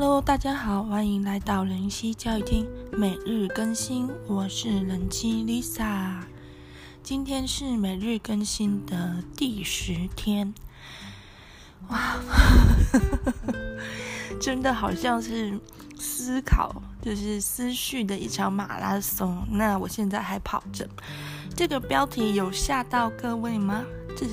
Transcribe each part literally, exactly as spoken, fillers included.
Hello， 大家好，欢迎来到人熙教育厅每日更新，我是人妻 Lisa。今天是每日更新的第十天，哇，真的好像是思考，就是思绪的一场马拉松。那我现在还跑着，这个标题有吓到各位吗？就是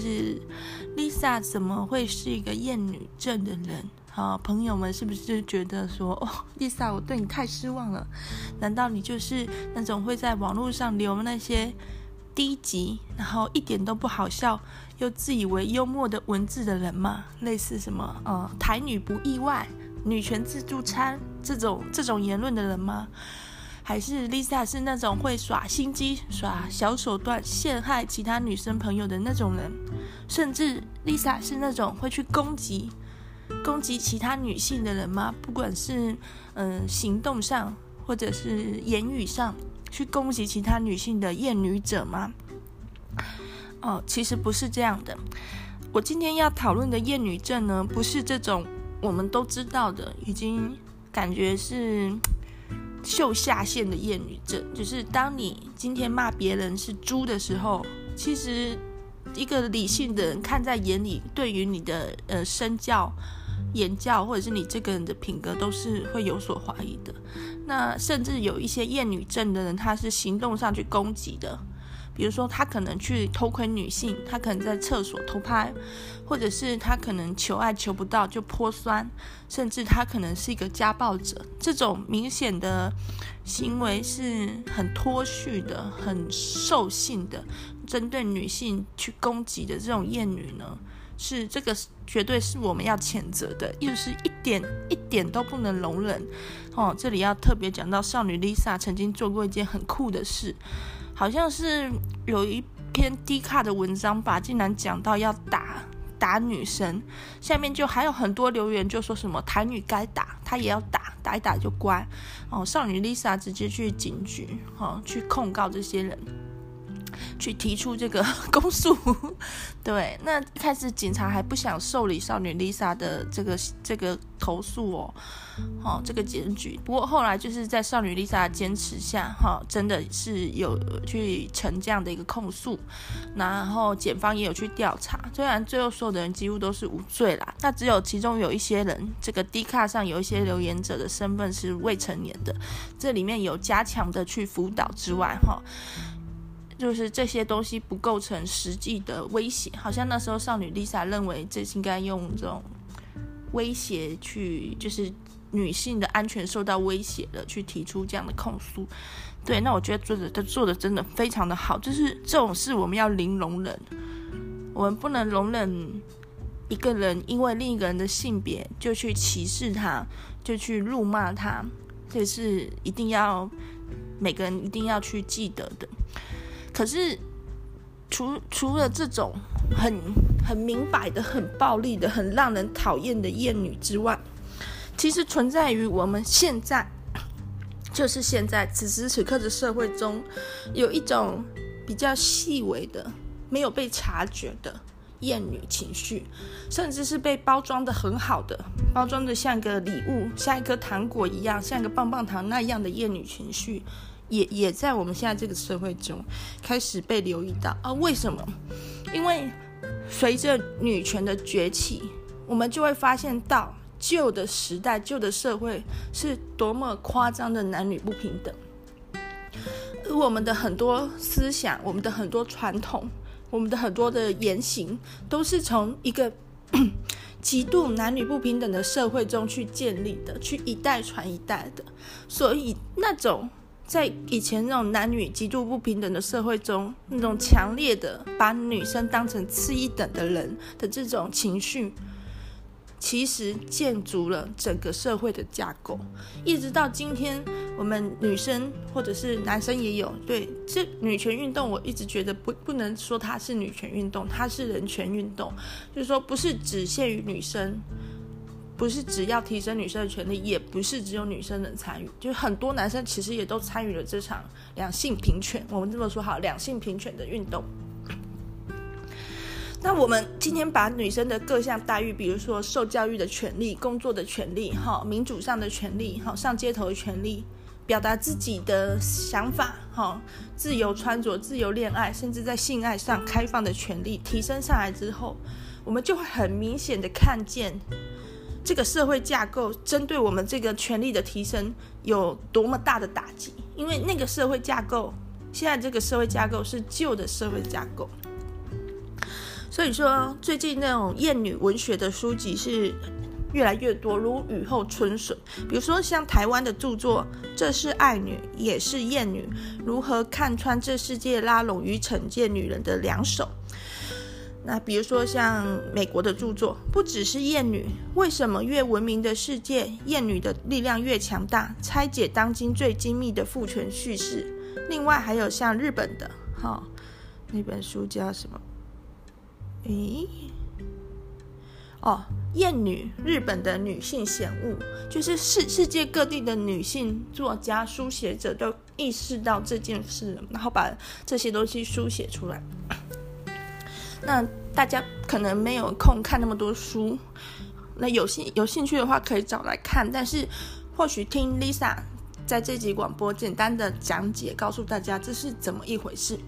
Lisa 怎么会是一个厌女症的人？啊，朋友们是不是觉得说，哦 ，Lisa， 我对你太失望了？难道你就是那种会在网络上留那些低级，然后一点都不好笑，又自以为幽默的文字的人吗？类似什么呃台女不意外、女权自助餐这种这种言论的人吗？还是 Lisa 是那种会耍心机、耍小手段陷害其他女生朋友的那种人？甚至 Lisa 是那种会去攻击攻击其他女性的人吗？不管是嗯、呃、行动上或者是言语上去攻击其他女性的厌女者吗？哦，其实不是这样的。我今天要讨论的厌女症呢，不是这种我们都知道的，已经感觉是秀下限的厌女症。就是当你今天骂别人是猪的时候，其实一个理性的人看在眼里，对于你的呃身教、言教或者是你这个人的品格都是会有所怀疑的。那甚至有一些厌女症的人，他是行动上去攻击的，比如说他可能去偷窥女性，他可能在厕所偷拍，或者是他可能求爱求不到就泼酸，甚至他可能是一个家暴者。这种明显的行为是很脱序的、很兽性的，针对女性去攻击的这种厌女呢，是这个绝对是我们要谴责的，又是一点一点都不能容忍。哦，这里要特别讲到少女 Lisa 曾经做过一件很酷的事，好像是有一篇 D 卡的文章吧，竟然讲到要打打女生，下面就还有很多留言就说什么台女该打，她也要打，打一打就乖。哦，少女 Lisa 直接去警局，哦，去控告这些人，去提出这个公诉。对，那一开始警察还不想受理少女 Lisa 的这个这个投诉哦，哦，这个检举。不过后来就是在少女 Lisa 的坚持下，哈、哦，真的是有去呈这样的一个控诉，然后检方也有去调查。虽然最后所有的人几乎都是无罪啦，那只有其中有一些人，这个 D 卡上有一些留言者的身份是未成年的，这里面有加强的去辅导之外，哈、哦。就是这些东西不构成实际的威胁，好像那时候少女 Lisa 认为这应该用这种威胁去，就是女性的安全受到威胁了，去提出这样的控诉。对，那我觉得作者他做的真的非常的好，就是这种事我们要零容忍，我们不能容忍一个人因为另一个人的性别就去歧视他，就去辱骂他，这是一定要每个人一定要去记得的。可是除除了这种很很明摆的、很暴力的、很让人讨厌的厌女之外，其实存在于我们现在，就是现在此时此刻的社会中，有一种比较细微的、没有被察觉的厌女情绪，甚至是被包装的很好的，包装的像个礼物、像一颗糖果一样，像个棒棒糖那样的厌女情绪。也也在我们现在这个社会中开始被留意到啊？为什么？因为随着女权的崛起，我们就会发现到旧的时代、旧的社会是多么夸张的男女不平等。而我们的很多思想、我们的很多传统、我们的很多的言行，都是从一个极度男女不平等的社会中去建立的，去一代传一代的。所以那种在以前那种男女极度不平等的社会中，那种强烈的把女生当成次一等的人的这种情绪，其实建筑了整个社会的架构。一直到今天，我们女生或者是男生也有，对，这女权运动我一直觉得不不能说它是女权运动，它是人权运动，就是说不是只限于女生，不是只要提升女生的权利，也不是只有女生能参与，就是很多男生其实也都参与了这场两性平权，我们这么说好，两性平权的运动。 那我们今天把女生的各项待遇，比如说受教育的权利、工作的权利、民主上的权利、上街头的权利、表达自己的想法、自由穿着、自由恋爱，甚至在性爱上开放的权利提升上来之后，我们就会很明显的看见这个社会架构针对我们这个权利的提升有多么大的打击。因为那个社会架构，现在这个社会架构是旧的社会架构，所以说最近那种厌女文学的书籍是越来越多，如雨后春笋。比如说像台湾的著作《这是爱女也是厌女：如何看穿这世界拉拢与惩戒女人的两手》。那比如说像美国的著作《不只是厌女：为什么越文明的世界厌女的力量越强大？拆解当今最精密的父权叙事》。另外还有像日本的、哦、那本书叫什么诶哦，厌女，日本的女性显物，就是世世界各地的女性作家、书写者都意识到这件事，然后把这些东西书写出来。那大家可能没有空看那么多书，那有兴有兴趣的话可以找来看，但是或许听 Lisa 在这集广播简单的讲解，告诉大家这是怎么一回事。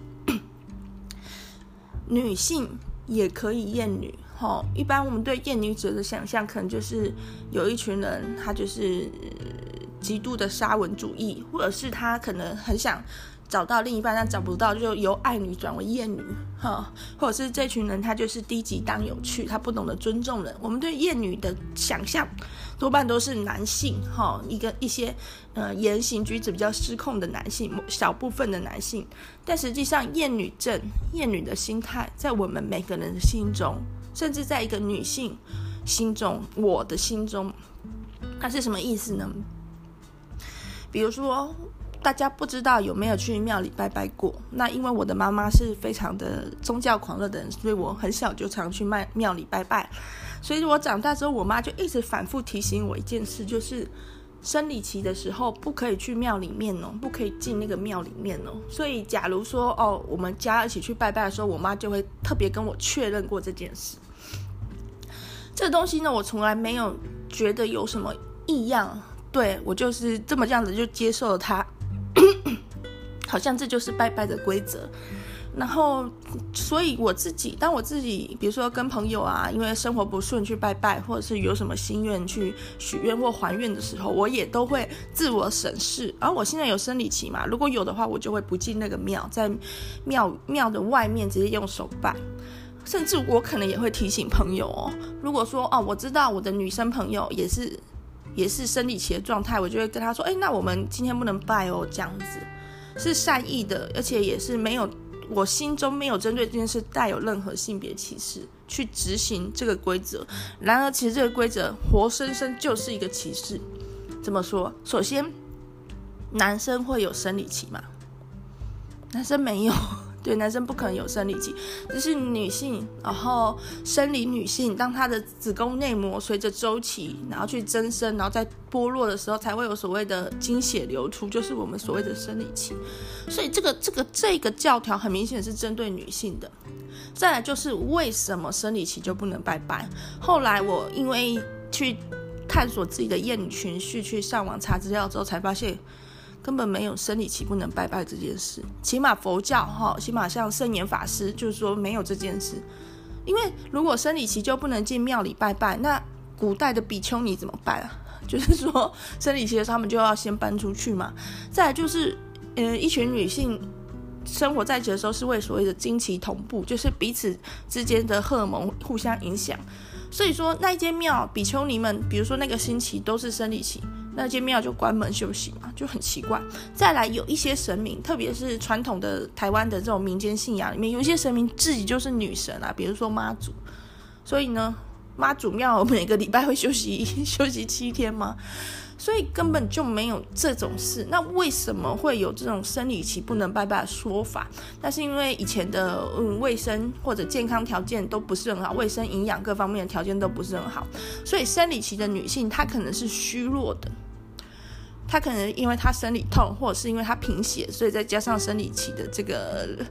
女性也可以厌女、哦、一般我们对厌女者的想象可能就是有一群人他就是极度的沙文主义，或者是他可能很想找到另一半但找不到，就由爱女转为厌女、哦、或者是这群人他就是低级当有趣，他不懂得尊重人。我们对厌女的想象多半都是男性、哦、一个一些、呃、言行举止比较失控的男性，小部分的男性。但实际上厌女症、厌女的心态在我们每个人的心中，甚至在一个女性心中，我的心中，它是什么意思呢？比如说大家不知道有没有去庙里拜拜过，那因为我的妈妈是非常的宗教狂热的人，所以我很小就常去庙里拜拜。所以我长大之后，我妈就一直反复提醒我一件事，就是生理期的时候不可以去庙里面哦，不可以进那个庙里面哦。所以假如说哦，我们家一起去拜拜的时候，我妈就会特别跟我确认过这件事。这个东西呢，我从来没有觉得有什么异样，对，我就是这么这样子就接受了它，好像这就是拜拜的规则。然后所以我自己当我自己比如说跟朋友啊，因为生活不顺去拜拜，或者是有什么心愿去许愿或还愿的时候，我也都会自我审视。而我现在有生理期嘛，如果有的话，我就会不进那个庙，在庙庙的外面直接用手拜。甚至我可能也会提醒朋友哦，如果说哦，我知道我的女生朋友也是也是生理期的状态，我就会跟她说，哎，那我们今天不能拜哦，这样子是善意的，而且也是没有，我心中没有针对这件事带有任何性别歧视去执行这个规则。然而其实这个规则活生生就是一个歧视。怎么说？首先男生会有生理期吗？男生没有，对，男生不可能有生理期，只是女性，然后生理女性当她的子宫内膜随着周期然后去增生，然后在剥落的时候才会有所谓的经血流出，就是我们所谓的生理期。所以这个这个这个教条很明显是针对女性的。再来就是为什么生理期就不能拜拜？后来我因为去探索自己的厌女情绪，去上网查资料之后才发现根本没有生理期不能拜拜这件事，起码佛教起码像圣严法师就是说没有这件事。因为如果生理期就不能进庙里拜拜，那古代的比丘尼怎么办啊？就是说生理期的时候他们就要先搬出去嘛。再来就是呃，一群女性生活在一起的时候是为所谓的经期同步，就是彼此之间的荷尔蒙互相影响。所以说那一间庙比丘尼们比如说那个星期都是生理期，那间庙就关门休息嘛，就很奇怪。再来有一些神明，特别是传统的台湾的这种民间信仰里面，有一些神明自己就是女神啊，比如说妈祖。所以呢妈祖庙每个礼拜会休息休息七天吗？所以根本就没有这种事。那为什么会有这种生理期不能拜拜的说法？那是因为以前的嗯卫生或者健康条件都不是很好，卫生营养各方面的条件都不是很好，所以生理期的女性她可能是虚弱的，她可能因为她生理痛，或者是因为她贫血，所以再加上生理期的这个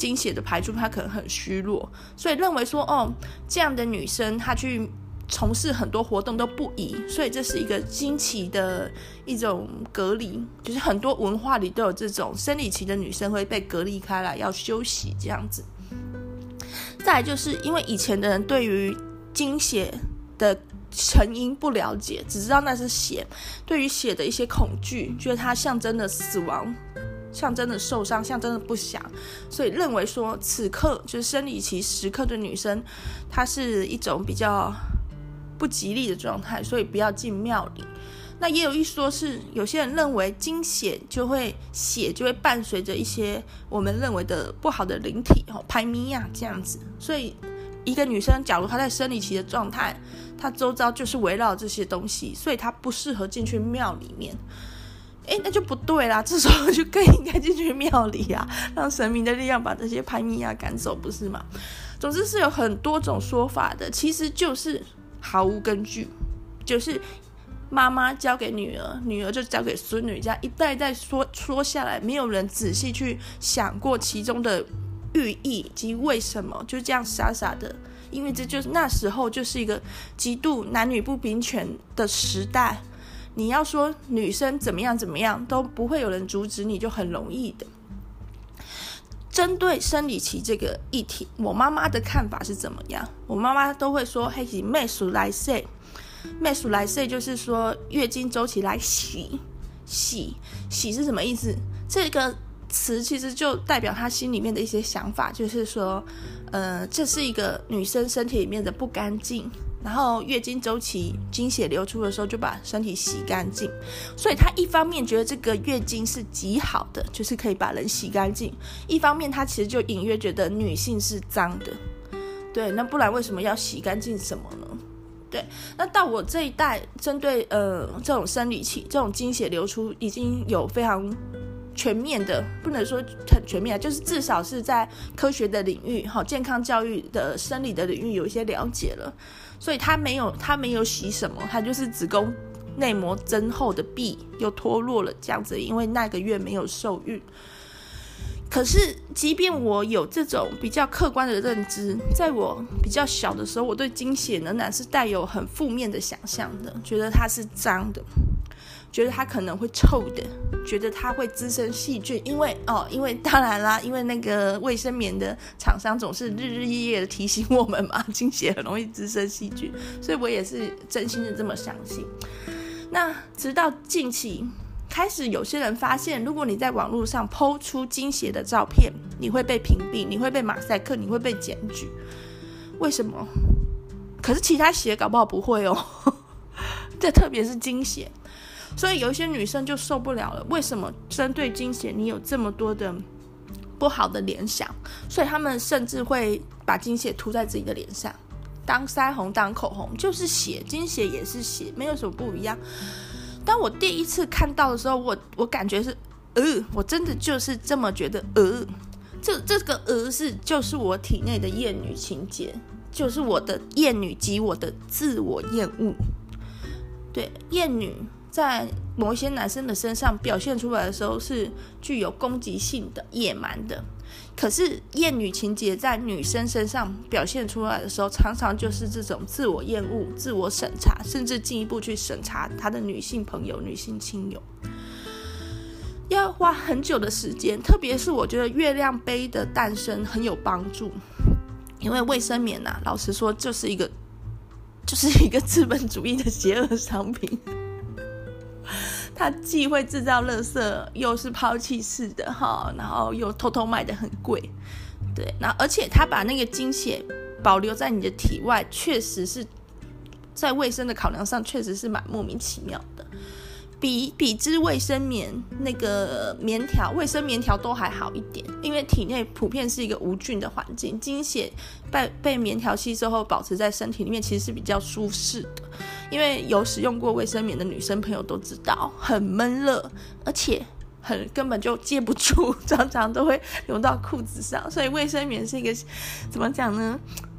经血的排出，她可能很虚弱，所以认为说哦，这样的女生她去从事很多活动都不宜，所以这是一个经期的一种隔离，就是很多文化里都有这种生理期的女生会被隔离开来，要休息这样子。再来就是因为以前的人对于经血的成因不了解，只知道那是血，对于血的一些恐惧，觉得它象征的死亡，象征的受伤，象征的不祥，所以认为说此刻就是生理期时刻的女生，她是一种比较不吉利的状态，所以不要进庙里。那也有一说是有些人认为经血就会血就会伴随着一些我们认为的不好的灵体排咪呀这样子，所以一个女生假如她在生理期的状态，她周遭就是围绕这些东西，所以她不适合进去庙里面。诶，那就不对啦，这时候就更应该进去庙里啊，让神明的力量把这些排咪呀赶走，不是吗？总之是有很多种说法的，其实就是毫无根据，就是妈妈交给女儿，女儿就交给孙女，这样一代一代说说下来，没有人仔细去想过其中的寓意以及为什么，就这样傻傻的，因为这就是那时候就是一个极度男女不平权的时代，你要说女生怎么样怎么样都不会有人阻止你，就很容易的。针对生理期这个议题，我妈妈的看法是怎么样？我妈妈都会说嘿是妹数来岁，妹数来岁就是说月经周期来洗洗洗是什么意思？这个词其实就代表她心里面的一些想法，就是说呃，这是一个女生身体里面的不干净，然后月经周期经血流出的时候就把身体洗干净，所以她一方面觉得这个月经是极好的，就是可以把人洗干净，一方面她其实就隐约觉得女性是脏的，对，那不然为什么要洗干净什么呢？对，那到我这一代，针对呃这种生理期、这种经血流出，已经有非常全面的，不能说很全面，就是至少是在科学的领域、健康教育的生理的领域有一些了解了，所以他没有他没有洗什么，他就是子宫内膜增厚的壁又脱落了这样子，因为那个月没有受孕。可是即便我有这种比较客观的认知，在我比较小的时候，我对经血仍然是带有很负面的想象的，觉得它是脏的，觉得它可能会臭的，觉得它会滋生细菌，因为哦，因为当然啦，因为那个卫生棉的厂商总是日日夜夜的提醒我们嘛，经血很容易滋生细菌，所以我也是真心的这么相信。那直到近期开始有些人发现，如果你在网络上 po 出经血的照片，你会被屏蔽，你会被马赛克，你会被检举。为什么？可是其他血搞不好不会哦，这特别是经血。所以有一些女生就受不了了，为什么针对经血你有这么多的不好的联想？所以他们甚至会把经血涂在自己的脸上，当腮红当口红，就是血，经血也是血，没有什么不一样。当我第一次看到的时候，我我感觉是呃，我真的就是这么觉得呃，这这个呃是就是我体内的厌女情节，就是我的厌女及我的自我厌恶。对，厌女在某一些男生的身上表现出来的时候是具有攻击性的、野蛮的，可是厌女情节在女生身上表现出来的时候，常常就是这种自我厌恶、自我审查，甚至进一步去审查她的女性朋友、女性亲友，要花很久的时间。特别是我觉得月亮杯的诞生很有帮助，因为卫生棉啊，老实说就是一个就是一个资本主义的邪恶商品。它既会制造垃圾，又是抛弃式的，然后又偷偷卖的很贵，对，然后而且它把那个经血保留在你的体外，确实是在卫生的考量上，确实是蛮莫名其妙的。比比之卫生棉那个棉条，卫生棉条都还好一点，因为体内普遍是一个无菌的环境，经血被被棉条吸收后保持在身体里面，其实是比较舒适的。因为有使用过卫生棉的女生朋友都知道，很闷热，而且很根本就接不住，常常都会流到裤子上，所以卫生棉是一个怎么讲呢？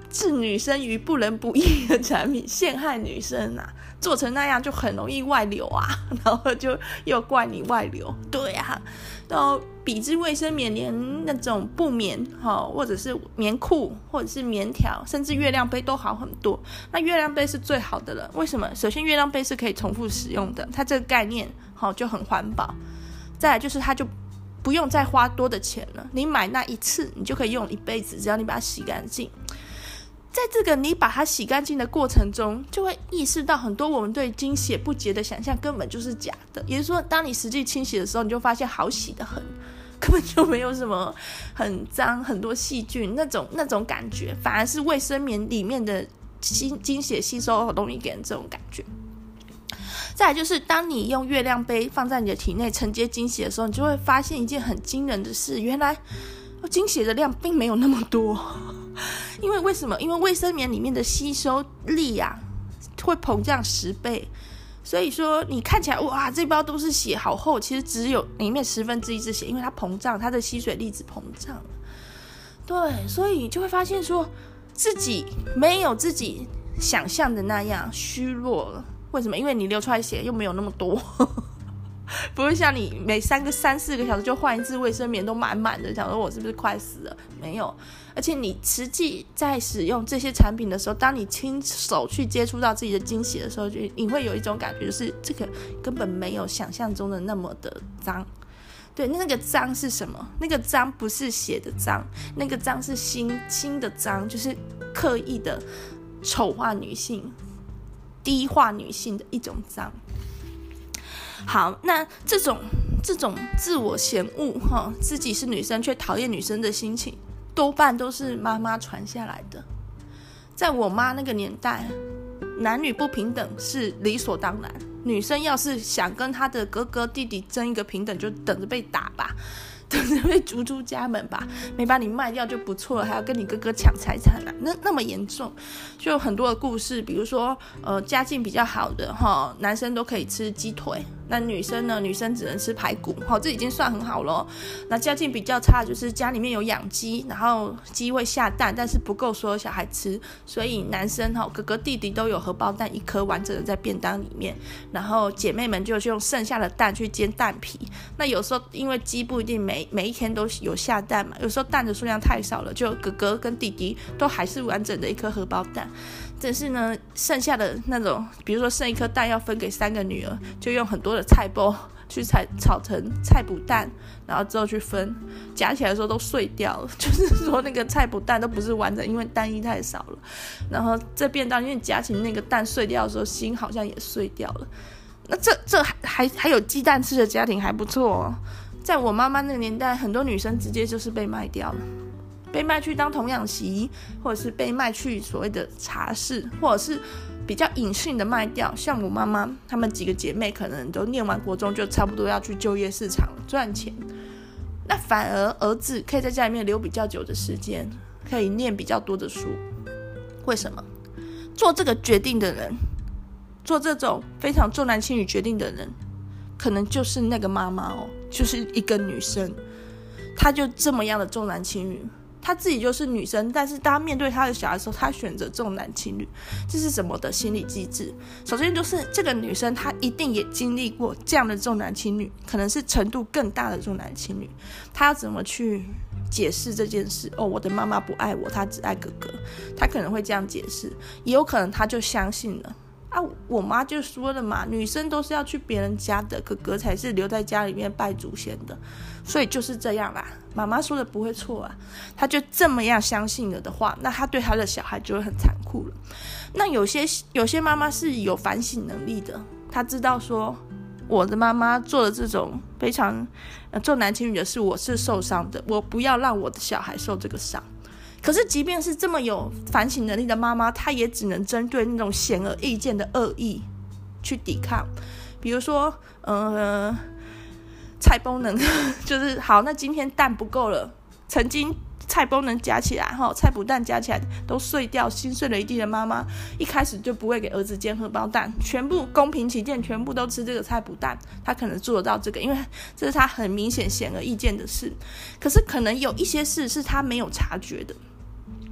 置女生于不仁不义的产品，陷害女生啊，做成那样就很容易外流啊，然后就又怪你外流，对啊，然后比之卫生棉，连那种布棉、哦、或者是棉裤或者是棉条，甚至月亮杯都好很多。那月亮杯是最好的了，为什么？首先月亮杯是可以重复使用的，它这个概念、哦、就很环保。再来就是它就不用再花多的钱了，你买那一次你就可以用一辈子，只要你把它洗干净。在这个你把它洗干净的过程中，就会意识到很多我们对经血不洁的想象根本就是假的，也就是说当你实际清洗的时候，你就发现好洗得很，根本就没有什么很脏很多细菌那种那种感觉，反而是卫生棉里面的经血吸收很容易给人这种感觉。再来就是当你用月亮杯放在你的体内承接经血的时候，你就会发现一件很惊人的事，原来经血的量并没有那么多。因为为什么？因为卫生棉里面的吸收力啊会膨胀十倍，所以说你看起来哇这包都是血好厚，其实只有里面十分之一是血，因为它膨胀，它的吸水粒子膨胀。对，所以你就会发现说自己没有自己想象的那样虚弱了。为什么？因为你流出来血又没有那么多不会像你每三个三四个小时就换一次卫生棉都满满的，想说我是不是快死了？没有，而且你实际在使用这些产品的时候，当你亲手去接触到自己的经血的时候，就你会有一种感觉，就是这个根本没有想象中的那么的脏。对，那个脏是什么？那个脏不是血的脏，那个脏是心心的脏，就是刻意的丑化女性、低化女性的一种脏。好，那这种这种自我嫌恶、哦、自己是女生却讨厌女生的心情，多半都是妈妈传下来的。在我妈那个年代，男女不平等是理所当然，女生要是想跟她的哥哥弟弟争一个平等，就等着被打吧，等着被逐出家门吧，没把你卖掉就不错了，还要跟你哥哥抢财产啊，那那么严重。就有很多的故事，比如说呃家境比较好的齁，男生都可以吃鸡腿，那女生呢，女生只能吃排骨，齁，这已经算很好了。那家境比较差，就是家里面有养鸡，然后鸡会下蛋，但是不够所有小孩吃，所以男生齁，哥哥弟弟都有荷包蛋一颗完整的在便当里面，然后姐妹们就用剩下的蛋去煎蛋皮。那有时候因为鸡不一定每每一天都有下蛋嘛，有时候蛋的数量太少了，就哥哥跟弟弟都还是完整的一颗荷包蛋。但是呢，剩下的那种，比如说剩一颗蛋要分给三个女儿，就用很多的菜包去炒炒成菜脯蛋，然后之后去分，夹起来的时候都碎掉了，就是说那个菜脯蛋都不是完整，因为蛋液太少了。然后这便当因为夹起那个蛋碎掉的时候，心好像也碎掉了。那这这还还还有鸡蛋吃的家庭还不错哦。在我妈妈那个年代，很多女生直接就是被卖掉了。被卖去当童养媳，或者是被卖去所谓的茶室，或者是比较隐性的卖掉。像我妈妈她们几个姐妹可能都念完国中就差不多要去就业市场赚钱，那反而儿子可以在家里面留比较久的时间，可以念比较多的书。为什么？做这个决定的人，做这种非常重男轻女决定的人，可能就是那个妈妈哦，就是一个女生，她就这么样的重男轻女。她自己就是女生，但是当她面对她的小孩的时候，她选择重男轻女，这是什么的心理机制？首先就是这个女生她一定也经历过这样的重男轻女，可能是程度更大的重男轻女，她要怎么去解释这件事？哦，我的妈妈不爱我，她只爱哥哥，她可能会这样解释，也有可能她就相信了啊，我妈就说了嘛，女生都是要去别人家的，哥哥才是留在家里面拜祖先的，所以就是这样啦。妈妈说的不会错啊，她就这么样相信了的话，那她对她的小孩就会很残酷了。那有些有些妈妈是有反省能力的，她知道说我的妈妈做的这种非常、呃、重男轻女的事，我是受伤的，我不要让我的小孩受这个伤。可是即便是这么有反省能力的妈妈，她也只能针对那种显而易见的恶意去抵抗。比如说呃，菜包能就是好，那今天蛋不够了，曾经菜包能夹起来，菜脯蛋夹起来都碎掉，心碎了一地的妈妈，一开始就不会给儿子煎荷包蛋，全部公平起见，全部都吃这个菜脯蛋。他可能做得到这个，因为这是他很明显显而易见的事。可是可能有一些事是他没有察觉的，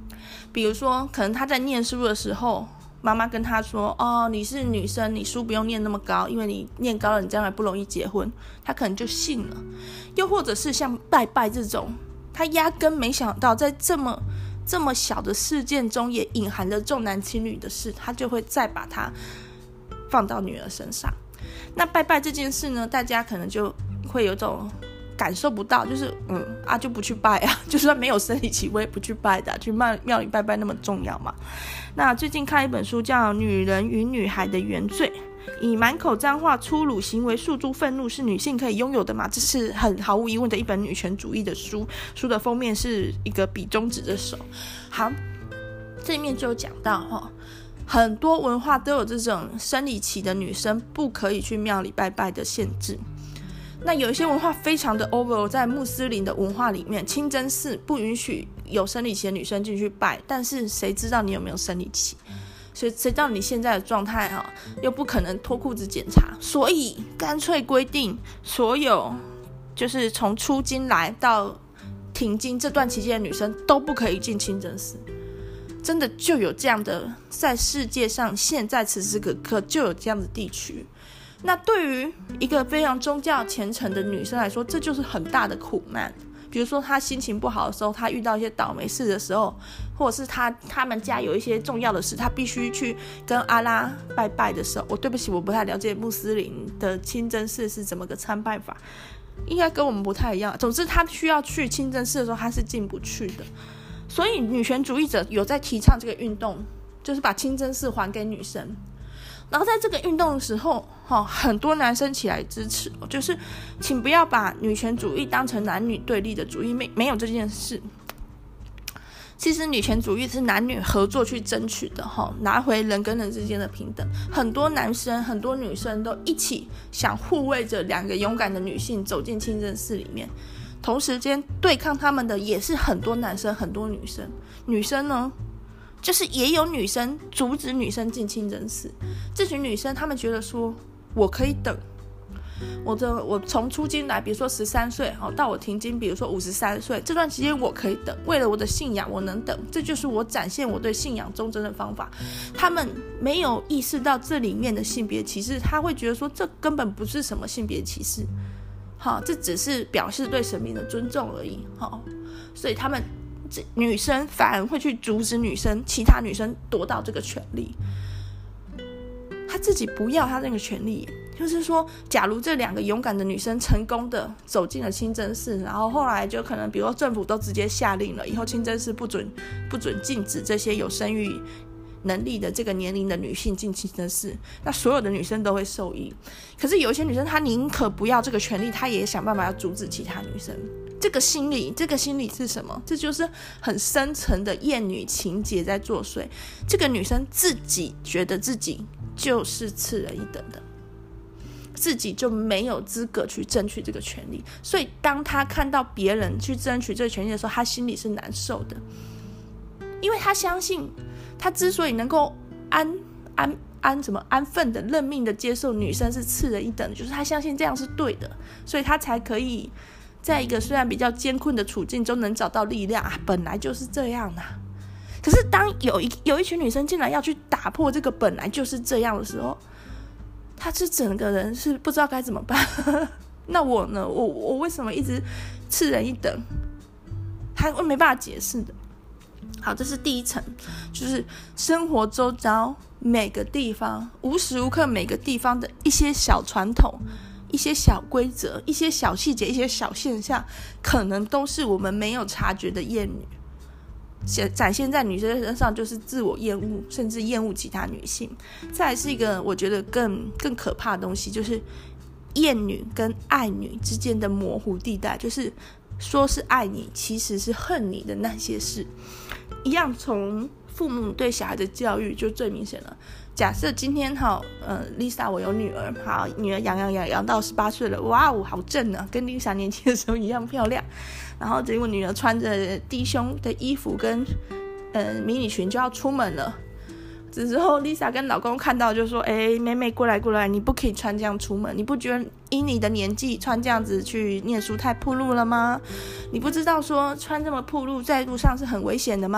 比如说可能他在念书的时候，妈妈跟他说，哦，你是女生，你书不用念那么高，因为你念高了你将来不容易结婚，他可能就信了。又或者是像拜拜这种，他压根没想到在这么这么小的事件中也隐含着重男轻女的事，他就会再把它放到女儿身上。那拜拜这件事呢，大家可能就会有种感受不到，就是嗯啊就不去拜啊，就算没有生理期我也不去拜的、啊、去庙里拜拜那么重要嘛。那最近看一本书叫《女人与女孩的原罪》，以满口脏话粗鲁行为诉诸愤怒是女性可以拥有的吗？这是很毫无疑问的一本女权主义的书，书的封面是一个比中指的手。好，这里面就有讲到齁，很多文化都有这种生理期的女生不可以去庙里拜拜的限制。那有一些文化非常的 over， 在穆斯林的文化里面，清真寺不允许有生理期的女生进去拜，但是谁知道你有没有生理期？所以谁知道你现在的状态啊，又不可能脱裤子检查，所以干脆规定所有就是从出经来到停经这段期间的女生都不可以进清真寺。真的就有这样的，在世界上现在此时此刻就有这样的地区。那对于一个非常宗教虔诚的女生来说，这就是很大的苦难。比如说她心情不好的时候，她遇到一些倒霉事的时候，或者是她他们家有一些重要的事，她必须去跟阿拉拜拜的时候，我对不起我不太了解穆斯林的清真寺是怎么个参拜法，应该跟我们不太一样。总之她需要去清真寺的时候，她是进不去的。所以女权主义者有在提倡这个运动，就是把清真寺还给女生。然后在这个运动的时候、哦、很多男生起来支持，就是请不要把女权主义当成男女对立的主义， 没, 没有这件事。其实女权主义是男女合作去争取的、哦、拿回人跟人之间的平等。很多男生很多女生都一起想护卫着两个勇敢的女性走进清真寺里面，同时间对抗他们的也是很多男生很多女生。女生呢，就是也有女生阻止女生进清真寺。这群女生她们觉得说，我可以等我的，我从出经来，比如说十三岁到我停经，比如说五十三岁，这段期间我可以等，为了我的信仰我能等，这就是我展现我对信仰忠贞的方法。他们没有意识到这里面的性别歧视，他会觉得说这根本不是什么性别歧视，好，这只是表示对神明的尊重而已。好，所以他们女生反而会去阻止女生其他女生夺到这个权利，她自己不要她那个权利。就是说假如这两个勇敢的女生成功的走进了清真寺，然后后来就可能比如说政府都直接下令了，以后清真寺不准不准禁止这些有生育能力的这个年龄的女性进清真寺，那所有的女生都会受益。可是有一些女生她宁可不要这个权利，她也想办法要阻止其他女生。这个心理这个心理是什么？这就是很深层的厌女情节在作祟。这个女生自己觉得自己就是次人一等的，自己就没有资格去争取这个权利，所以当她看到别人去争取这个权利的时候，她心里是难受的。因为她相信她之所以能够安安安什么安分的认命的接受女生是次人一等的，就是她相信这样是对的，所以她才可以在一个虽然比较艰困的处境中能找到力量啊，本来就是这样啊。可是当有一有一群女生进来要去打破这个本来就是这样的时候，她是整个人是不知道该怎么办那我呢，我我为什么一直次人一等，她没办法解释的。好，这是第一层，就是生活周遭每个地方无时无刻每个地方的一些小传统，一些小规则，一些小细节，一些小现象，可能都是我们没有察觉的厌女，展现在女生身上就是自我厌恶，甚至厌恶其他女性。再来是一个我觉得更更可怕的东西，就是厌女跟爱女之间的模糊地带，就是说是爱你其实是恨你的那些事。一样从父母对小孩的教育就最明显了。假设今天好，呃 Lisa 我有女儿，好，女儿养养养养到十八岁了，哇哦，好正啊，跟 Lisa 年轻的时候一样漂亮。然后结果女儿穿着低胸的衣服跟呃迷你裙就要出门了。这时候 Lisa 跟老公看到就说，哎，妹妹过来过来，你不可以穿这样出门，你不觉得以你的年纪穿这样子去念书太暴露了吗？你不知道说穿这么暴露在路上是很危险的吗？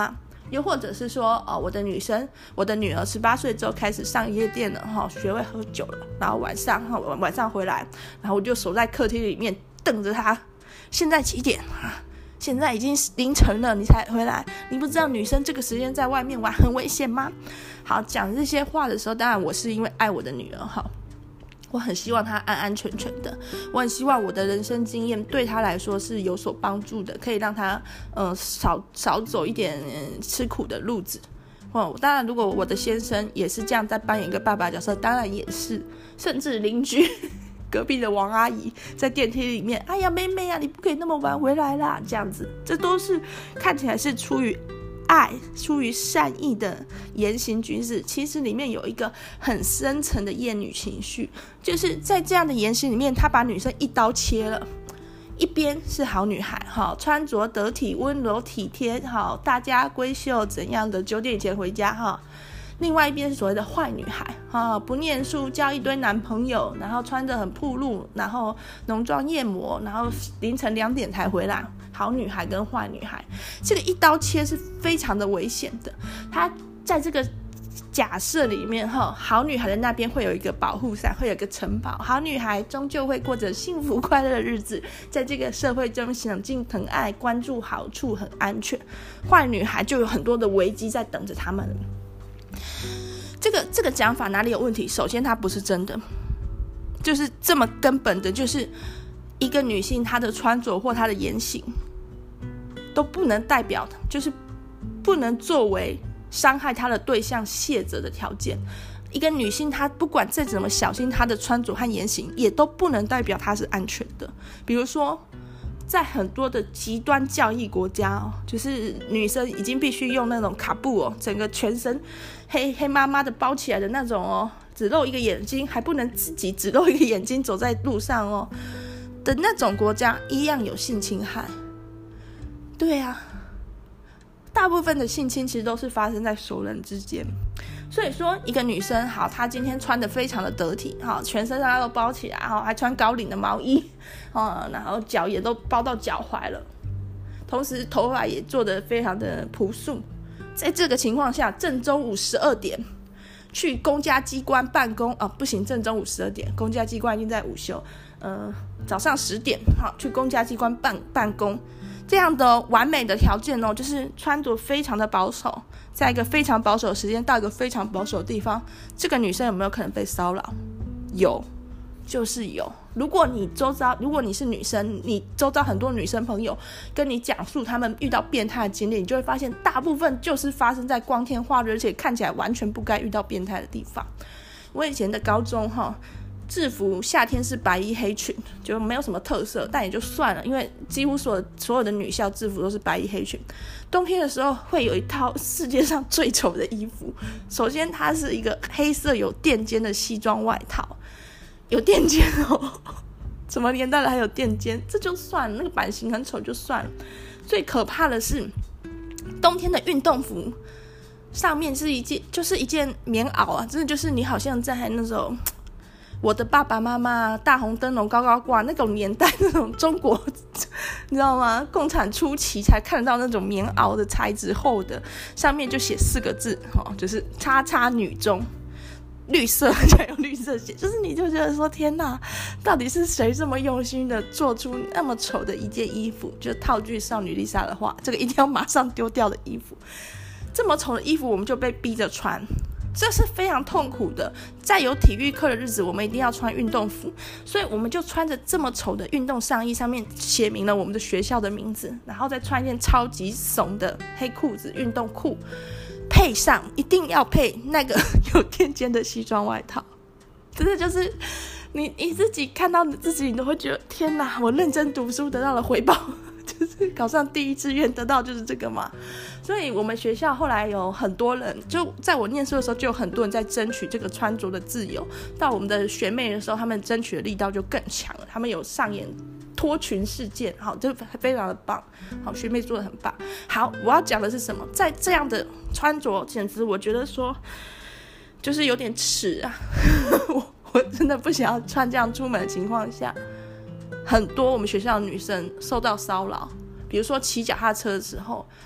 又或者是说，哦，我的女生，我的女儿十八岁之后开始上夜店了，哈、哦，学会喝酒了，然后晚上，哈、哦，晚上回来，然后我就守在客厅里面瞪着她，现在几点啊？现在已经凌晨了，你才回来，你不知道女生这个时间在外面玩很危险吗？好，讲这些话的时候，当然我是因为爱我的女儿，哈。我很希望他安安全全的，我很希望我的人生经验对他来说是有所帮助的，可以让他呃少少走一点、呃、吃苦的路子。哦，当然如果我的先生也是这样在扮演一个爸爸角色，当然也是，甚至邻居隔壁的王阿姨在电梯里面，哎呀妹妹啊，你不可以那么晚回来啦，这样子，这都是看起来是出于爱，出于善意的言行举止，其实里面有一个很深层的厌女情绪，就是在这样的言行里面，他把女生一刀切了，一边是好女孩，穿着得体温柔体贴，大家闺秀怎样的，九点以前回家，另外一边是所谓的坏女孩，不念书，交一堆男朋友，然后穿着很暴露，然后浓妆艳抹，然后凌晨两点才回来。好女孩跟坏女孩，这个一刀切是非常的危险的。她在这个假设里面，好女孩的那边会有一个保护伞，会有一个城堡，好女孩终究会过着幸福快乐的日子，在这个社会中享尽疼爱，关注好处，很安全。坏女孩就有很多的危机在等着他们。这个这个讲法哪里有问题？首先它不是真的，就是这么根本的，就是一个女性她的穿着或她的言行都不能代表，就是不能作为伤害她的对象卸责的条件。一个女性她不管再怎么小心她的穿着和言行，也都不能代表她是安全的。比如说在很多的极端教义国家、哦、就是女生已经必须用那种卡布哦，整个全身黑黑麻麻的包起来的那种哦，只露一个眼睛，还不能自己只露一个眼睛走在路上哦的那种国家，一样有性侵害。对啊，大部分的性侵其实都是发生在熟人之间。所以说一个女生好，她今天穿得非常的得体，好，全身上下都包起来，好，还穿高领的毛衣、哦、然后脚也都包到脚踝了，同时头发也做得非常的朴素。在这个情况下，正中午十二点去公家机关办公、哦、不行，正中午十二点公家机关已经在午休，呃，早上十点好去公家机关 办, 办公，这样的完美的条件哦，就是穿着非常的保守，在一个非常保守的时间到一个非常保守的地方，这个女生有没有可能被骚扰？有，就是有。如果你周遭，如果你是女生，你周遭很多女生朋友跟你讲述他们遇到变态的经历，你就会发现大部分就是发生在光天化日而且看起来完全不该遇到变态的地方。我以前的高中哈，制服夏天是白衣黑裙，就没有什么特色，但也就算了，因为几乎所有所有的女校制服都是白衣黑裙。冬天的时候会有一套世界上最丑的衣服，首先它是一个黑色有垫肩的西装外套，有垫肩哦，什么年代了还有垫肩，这就算了，那个版型很丑就算了。最可怕的是冬天的运动服上面是一件就是一件棉袄啊，真的就是你好像在那种我的爸爸妈妈大红灯笼高高挂那种年代，那种中国你知道吗，共产初期才看得到那种棉袄的材质厚的，上面就写四个字、哦、就是叉叉女中，绿色就有绿色写，就是你就觉得说天哪，到底是谁这么用心的做出那么丑的一件衣服，就套句少女丽莎的话，这个一定要马上丢掉的衣服，这么丑的衣服我们就被逼着穿，这是非常痛苦的。在有体育课的日子，我们一定要穿运动服，所以我们就穿着这么丑的运动上衣，上面写明了我们的学校的名字，然后再穿一件超级怂的黑裤子运动裤，配上一定要配那个有垫肩的西装外套。真的就是你你自己看到你自己，你都会觉得天哪，我认真读书得到了回报，就是考上第一志愿得到就是这个嘛。所以我们学校后来有很多人，就在我念书的时候就有很多人在争取这个穿着的自由，到我们的学妹的时候，他们争取的力道就更强了，他们有上演脱裙事件，好，这非常的棒，好，学妹做的很棒。好，我要讲的是什么？在这样的穿着，简直我觉得说就是有点耻啊我我真的不想要穿这样出门的情况下，很多我们学校的女生受到骚扰，比如说骑脚踏车的时候，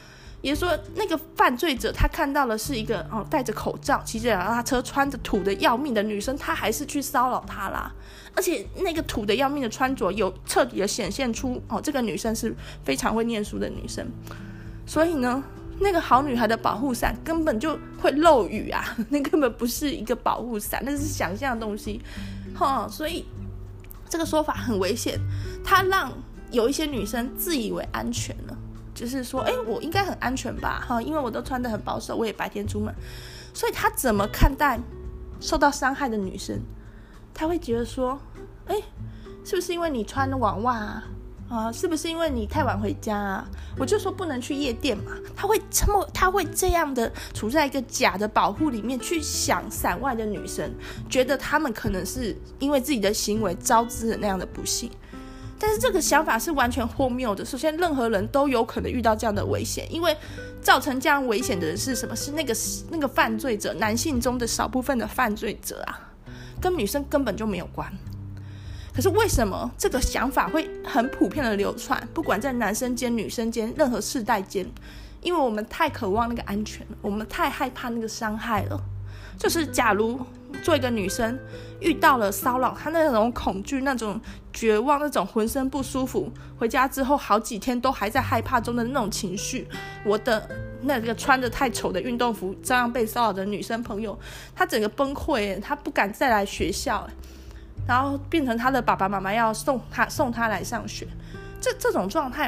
也就是说那个犯罪者他看到的是一个、哦、戴着口罩骑着脚踏车穿着土的要命的女生，他还是去骚扰她啦。而且那个土的要命的穿着有彻底的显现出、哦、这个女生是非常会念书的女生。所以呢那个好女孩的保护伞根本就会漏雨啊，那根本不是一个保护伞，那是想象的东西、哦、所以这个说法很危险，它让有一些女生自以为安全了，就是说哎，我应该很安全吧、哦、因为我都穿得很保守，我也白天出门。所以她怎么看待受到伤害的女生？她会觉得说哎，是不是因为你穿网袜啊啊，是不是因为你太晚回家啊？我就说不能去夜店嘛。他会这么，他会这样的处在一个假的保护里面去想伞外的女生，觉得他们可能是因为自己的行为招致了那样的不幸。但是这个想法是完全荒谬的。首先，任何人都有可能遇到这样的危险，因为造成这样危险的人是什么？是那个那个犯罪者，男性中的少部分的犯罪者啊，跟女生根本就没有关。可是为什么这个想法会很普遍的流传，不管在男生间女生间任何世代间？因为我们太渴望那个安全了，我们太害怕那个伤害了。就是假如做一个女生遇到了骚扰，她那种恐惧，那种绝望，那种浑身不舒服，回家之后好几天都还在害怕中的那种情绪，我的那个穿着太丑的运动服这样被骚扰的女生朋友，她整个崩溃，她不敢再来学校，然后变成她的爸爸妈妈要送她送她来上学，这这种状态。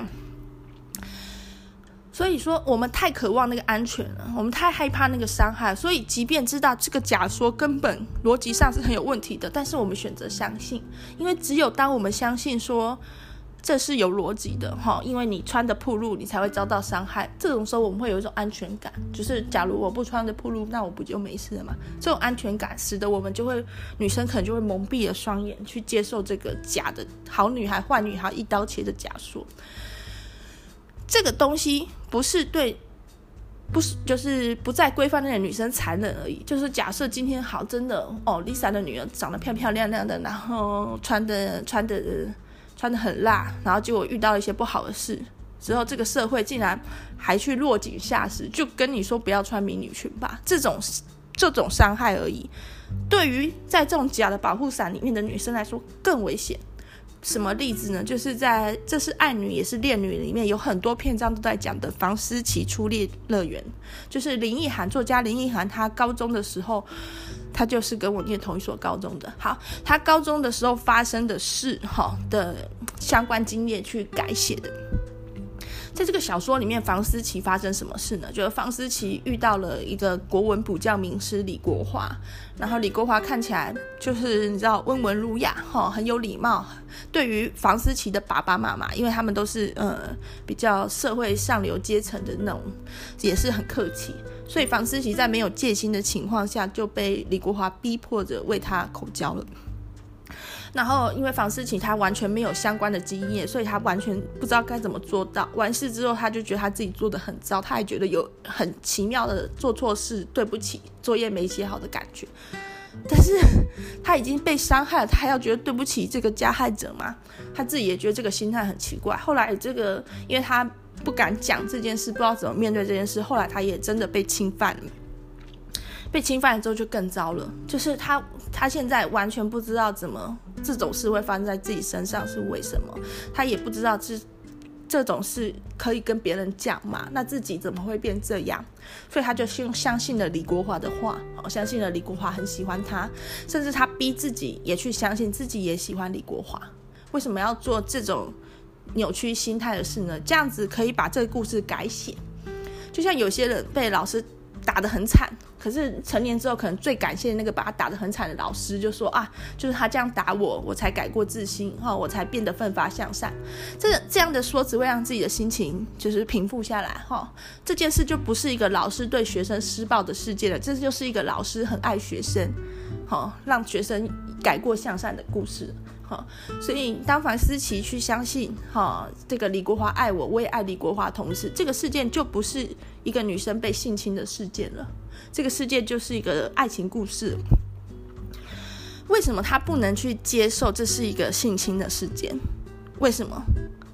所以说我们太渴望那个安全了，我们太害怕那个伤害，所以即便知道这个假说根本逻辑上是很有问题的，但是我们选择相信。因为只有当我们相信说这是有逻辑的，因为你穿的暴露你才会遭到伤害，这种时候我们会有一种安全感，就是假如我不穿的暴露，那我不就没事了吗？这种安全感使得我们就会，女生可能就会蒙蔽了双眼去接受这个假的好女孩坏女孩一刀切的假说。这个东西不是对，不是就是不再规范那个女生残忍而已。就是假设今天好，真的哦 ，Lisa 的女儿长得漂漂亮亮的，然后穿的穿的穿的很辣，然后结果遇到一些不好的事之后，这个社会竟然还去落井下石，就跟你说不要穿迷你裙吧，这种这种伤害而已。对于在这种假的保护伞里面的女生来说更危险。什么例子呢？就是在《这是爱女也是恋女》里面有很多篇章都在讲的房思琪初恋乐园，就是林奕含作家林奕含，她高中的时候，她就是跟我念同一所高中的。好，她高中的时候发生的事哈的相关经验去改写的。在这个小说里面，房思琪发生什么事呢？就是房思琪遇到了一个国文补教名师李国华，然后李国华看起来就是你知道温文儒雅，很有礼貌。对于房思琪的爸爸妈妈，因为他们都是呃比较社会上流阶层的那种，也是很客气。所以房思琪在没有戒心的情况下，就被李国华逼迫着为他口交了。然后因为房思琪他完全没有相关的经验，所以他完全不知道该怎么做到。完事之后他就觉得他自己做得很糟，他还觉得有很奇妙的做错事对不起作业没写好的感觉。但是他已经被伤害了，他还要觉得对不起这个加害者吗？他自己也觉得这个心态很奇怪。后来这个因为他不敢讲这件事，不知道怎么面对这件事，后来他也真的被侵犯了。被侵犯了之后就更糟了，就是他他现在完全不知道怎么这种事会发生在自己身上是为什么，他也不知道这这种事可以跟别人讲嘛，那自己怎么会变这样？所以他就相信了李国华的话，相信了李国华很喜欢他，甚至他逼自己也去相信自己也喜欢李国华。为什么要做这种扭曲心态的事呢？这样子可以把这个故事改写。就像有些人被老师打得很惨，可是成年之后可能最感谢那个把他打得很惨的老师，就说啊，就是他这样打我，我才改过自新，我才变得奋发向善。这这样的说只会让自己的心情就是平复下来。这件事就不是一个老师对学生施暴的事件了，这就是一个老师很爱学生，让学生改过向善的故事。所以当房思琪去相信这个李国华爱我，我也爱李国华，同时这个事件就不是一个女生被性侵的事件了，这个事件就是一个爱情故事。为什么他不能去接受这是一个性侵的事件？为什么？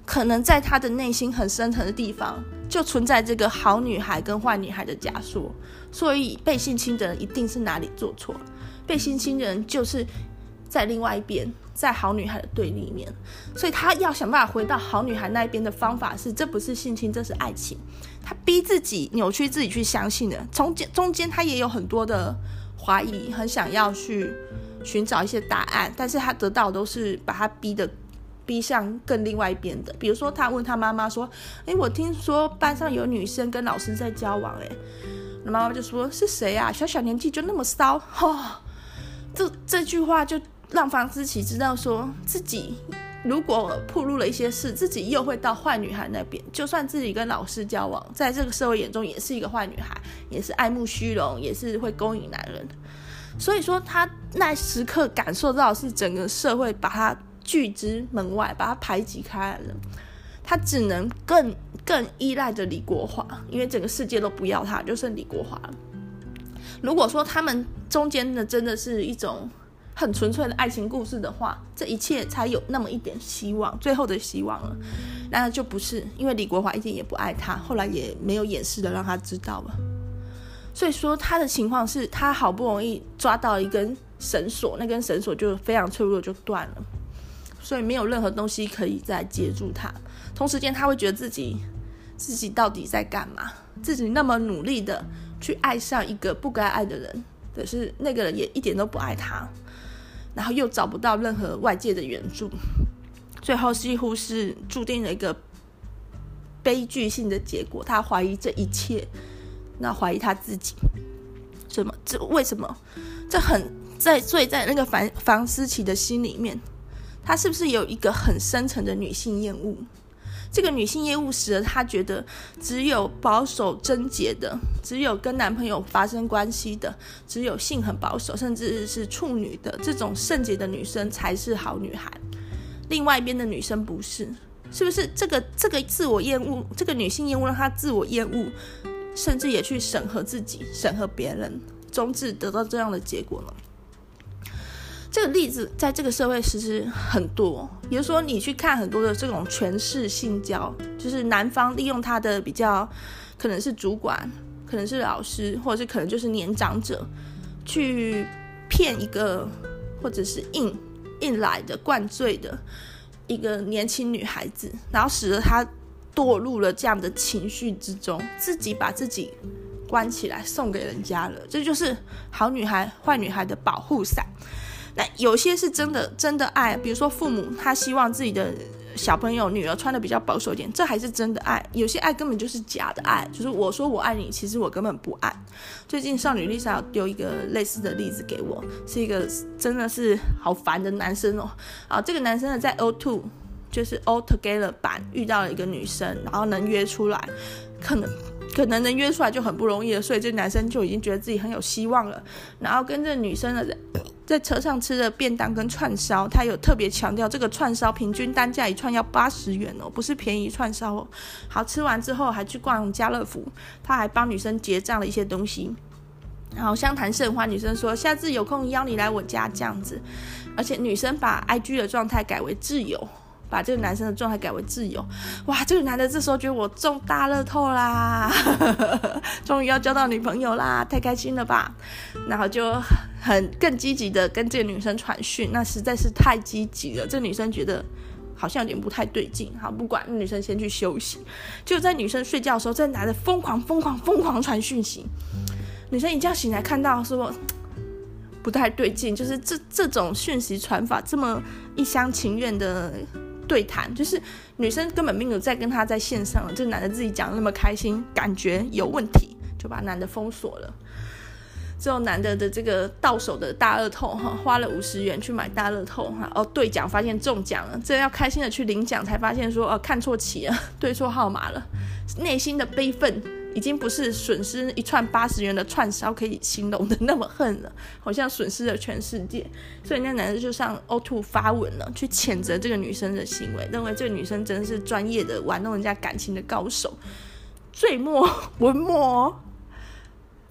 可能在他的内心很深层的地方就存在这个好女孩跟坏女孩的假说，所以被性侵的人一定是哪里做错了，被性侵的人就是在另外一边，在好女孩的对立面，所以他要想办法回到好女孩那一边的方法是，这不是性侵，这是爱情。他逼自己扭曲自己去相信的，中间中间他也有很多的怀疑，很想要去寻找一些答案，但是他得到的都是把他逼的逼向更另外一边的。比如说他问他妈妈说，诶，我听说班上有女生跟老师在交往，诶，那妈妈就说是谁啊，小小年纪就那么骚、哦、这这句话就让房思琪知道说，自己如果暴露了一些事，自己又会到坏女孩那边。就算自己跟老师交往，在这个社会眼中也是一个坏女孩，也是爱慕虚荣，也是会勾引男人。所以说他那时刻感受到的是整个社会把他拒之门外，把他排挤开来了。他只能更更依赖着李国华，因为整个世界都不要他，就剩李国华了。如果说他们中间的真的是一种很纯粹的爱情故事的话，这一切才有那么一点希望，最后的希望了。那就不是，因为李国华一点也不爱他，后来也没有掩饰的让他知道了。所以说他的情况是，他好不容易抓到一根绳索，那根绳索就非常脆弱，就断了，所以没有任何东西可以再接住他。同时间他会觉得自己自己到底在干嘛，自己那么努力的去爱上一个不该爱的人，可是那个人也一点都不爱他，然后又找不到任何外界的援助，最后几乎是注定了一个悲剧性的结果。他怀疑这一切，那怀疑他自己，什么？这为什么？这很在，所以在那个房房思琪的心里面，他是不是有一个很深层的女性厌恶？这个女性厌恶使得她觉得，只有保守贞洁的，只有跟男朋友发生关系的，只有性很保守，甚至是处女的这种圣洁的女生才是好女孩，另外一边的女生不是。是不是这个这个自我厌恶，这个女性厌恶让她自我厌恶，甚至也去审核自己，审核别人，终至得到这样的结果呢？这个例子在这个社会其实很多，也就是说你去看很多的这种权势性交，就是男方利用他的比较可能是主管，可能是老师，或者是可能就是年长者，去骗一个或者是硬硬来的灌醉的一个年轻女孩子，然后使得她堕入了这样的情绪之中，自己把自己关起来送给人家了。这就是好女孩坏女孩的保护伞。那有些是真的真的爱，比如说父母他希望自己的小朋友女儿穿的比较保守一点，这还是真的爱。有些爱根本就是假的爱，就是我说我爱你，其实我根本不爱。最近少女丽莎有丢一个类似的例子给我，是一个真的是好烦的男生哦。啊，这个男生呢在 O 二 就是 All Together 版遇到了一个女生，然后能约出来，可能可能能约出来就很不容易了，所以这男生就已经觉得自己很有希望了。然后跟这女生呢在车上吃的便当跟串烧，他有特别强调这个串烧平均单价一串要八十元哦，不是便宜串烧哦。好，吃完之后还去逛家乐福，他还帮女生结账了一些东西，然后相谈甚欢，女生说下次有空邀你来我家这样子。而且女生把 I G 的状态改为自由，把这个男生的状态改为自由。哇，这个男的这时候觉得我中大乐透啦终于要交到女朋友啦，太开心了吧。然后就很更积极的跟这个女生传讯，那实在是太积极了，这个女生觉得好像有点不太对劲。好，不管，女生先去休息。就在女生睡觉的时候，这男的疯狂疯狂疯狂传讯息。女生一觉醒来看到说不太对劲，就是这这种讯息传法这么一厢情愿的对谈，就是女生根本没有在跟他在线上了，这男的自己讲得那么开心，感觉有问题，就把男的封锁了。之后男的的这个到手的大乐透花了五十元去买大乐透，哦兑奖发现中奖了，这要开心的去领奖，才发现说哦看错期了，对错号码了，内心的悲愤已经不是损失一串八十元的串烧可以形容的那么恨了，好像损失了全世界。所以那男的就上 O 二 发文了，去谴责这个女生的行为，认为这个女生真的是专业的玩弄人家感情的高手，罪莫文墨。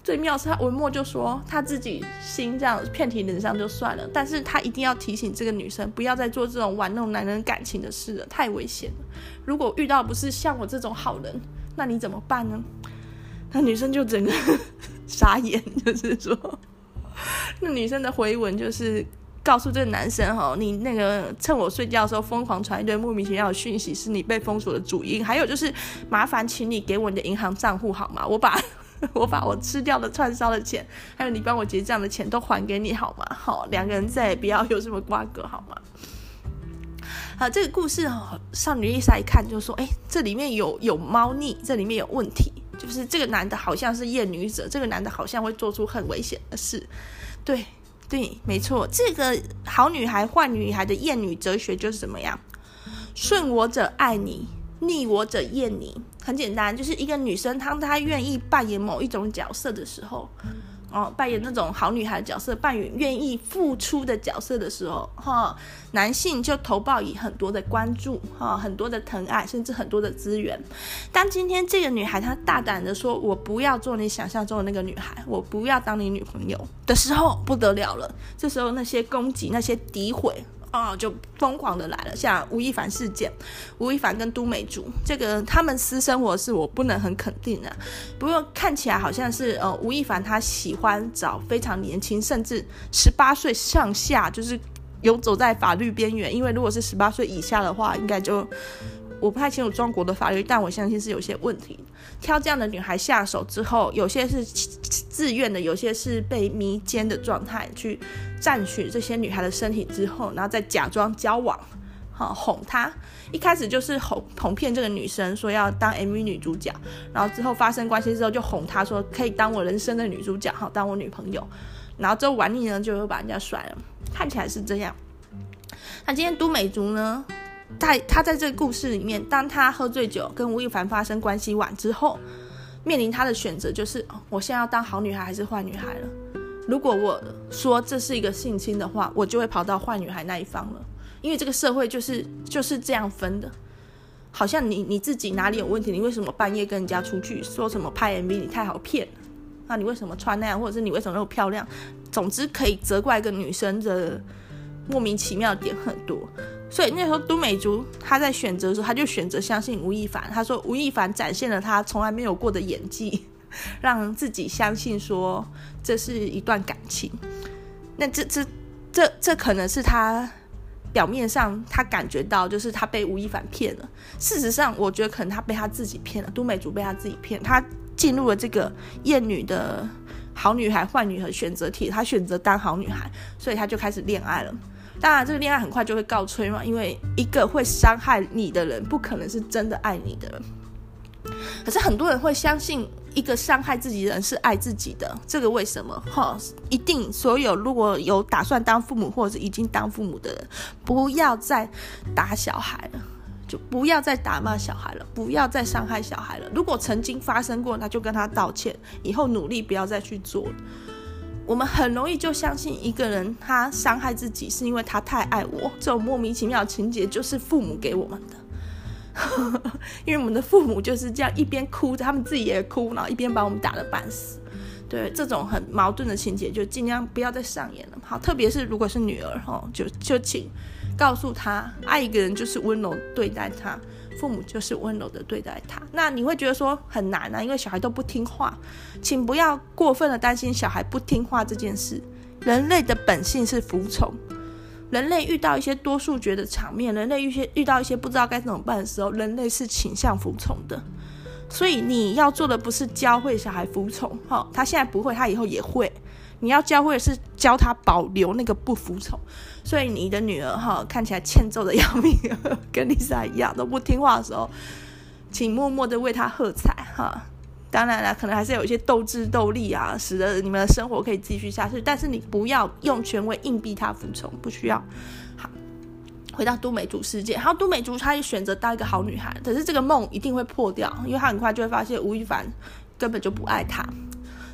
最妙是他文末就说他自己心这样遍体鳞伤就算了，但是他一定要提醒这个女生不要再做这种玩弄男人感情的事了，太危险了。如果遇到不是像我这种好人，那你怎么办呢？那女生就整个傻眼，就是说那女生的回文就是告诉这个男生齁，你那个趁我睡觉的时候疯狂传一堆莫名其妙的讯息是你被封锁的主因，还有就是麻烦请你给我你的银行账户好吗？我把我把我吃掉的串烧的钱还有你帮我结账的钱都还给你好吗？好，两个人再也不要有什么瓜葛好吗？好，这个故事哦，少女丽莎一看就说，哎，这里面有有猫腻，这里面有问题，就是这个男的好像是厌女者，这个男的好像会做出很危险的事。对对，没错，这个好女孩坏女孩的厌女哲学就是怎么样？顺我者爱你，逆我者厌你。很简单，就是一个女生当她愿意扮演某一种角色的时候，哦，扮演那种好女孩的角色，扮演愿意付出的角色的时候，哈，男性就投报以很多的关注，哈，很多的疼爱，甚至很多的资源。当今天这个女孩她大胆的说，我不要做你想象中的那个女孩，我不要当你女朋友的时候，不得了了。这时候那些攻击，那些诋毁。哦，就疯狂的来了，像吴亦凡事件，吴亦凡跟都美竹，这个他们私生活是我不能很肯定的，不过看起来好像是呃吴亦凡他喜欢找非常年轻，甚至十八岁上下，就是游走在法律边缘，因为如果是十八岁以下的话，应该就我不太清楚中国的法律，但我相信是有些问题。挑这样的女孩下手之后，有些是自愿的，有些是被迷奸的状态去占取这些女孩的身体之后，然后再假装交往，好哄她。一开始就是哄哄骗这个女生说要当 M V 女主角，然后之后发生关系之后就哄她说可以当我人生的女主角，好当我女朋友，然后之后玩腻呢就会把人家甩了，看起来是这样。那今天都美竹呢？他, 他在这个故事里面，当他喝醉酒跟吴亦凡发生关系完之后，面临他的选择就是、哦、我现在要当好女孩还是坏女孩了。如果我说这是一个性侵的话，我就会跑到坏女孩那一方了，因为这个社会就是就是这样分的。好像你你自己哪里有问题，你为什么半夜跟人家出去说什么拍 M V 你太好骗了，那你为什么穿那样，或者是你为什么那么漂亮，总之可以责怪一个女生的莫名其妙的点很多。所以那时候都美竹他在选择的时候，他就选择相信吴亦凡。他说吴亦凡展现了他从来没有过的演技，让自己相信说这是一段感情。那这这这这可能是他表面上他感觉到就是他被吴亦凡骗了，事实上我觉得可能他被他自己骗了，都美竹被他自己骗，他进入了这个厌女的好女孩坏女孩选择题，他选择当好女孩，所以他就开始恋爱了。当然这个恋爱很快就会告吹嘛，因为一个会伤害你的人不可能是真的爱你的人。可是很多人会相信一个伤害自己的人是爱自己的，这个为什么？哦，一定所有如果有打算当父母或者是已经当父母的人，不要再打小孩了，就不要再打骂小孩了，不要再伤害小孩了。如果曾经发生过，那就跟他道歉，以后努力不要再去做了。我们很容易就相信一个人他伤害自己是因为他太爱我，这种莫名其妙的情节就是父母给我们的因为我们的父母就是这样一边哭他们自己也哭，然后一边把我们打得半死。对，这种很矛盾的情节就尽量不要再上演了。好，特别是如果是女儿，就就请告诉她，爱一个人就是温柔对待她，父母就是温柔的对待他。那你会觉得说很难啊，因为小孩都不听话。请不要过分的担心小孩不听话这件事，人类的本性是服从。人类遇到一些多数决的场面，人类遇到一些不知道该怎么办的时候，人类是倾向服从的。所以你要做的不是教会小孩服从，哦，他现在不会他以后也会，你要教会的是教他保留那个不服从。所以你的女儿哈看起来欠揍的要命，跟 Lisa 一样都不听话的时候，请默默的为她喝彩哈。当然了，可能还是有一些斗智斗力啊，使得你们的生活可以继续下去，但是你不要用权威硬逼她服从，不需要。好，回到都美竹事件，然后都美竹她也选择当一个好女孩，可是这个梦一定会破掉，因为她很快就会发现吴亦凡根本就不爱她。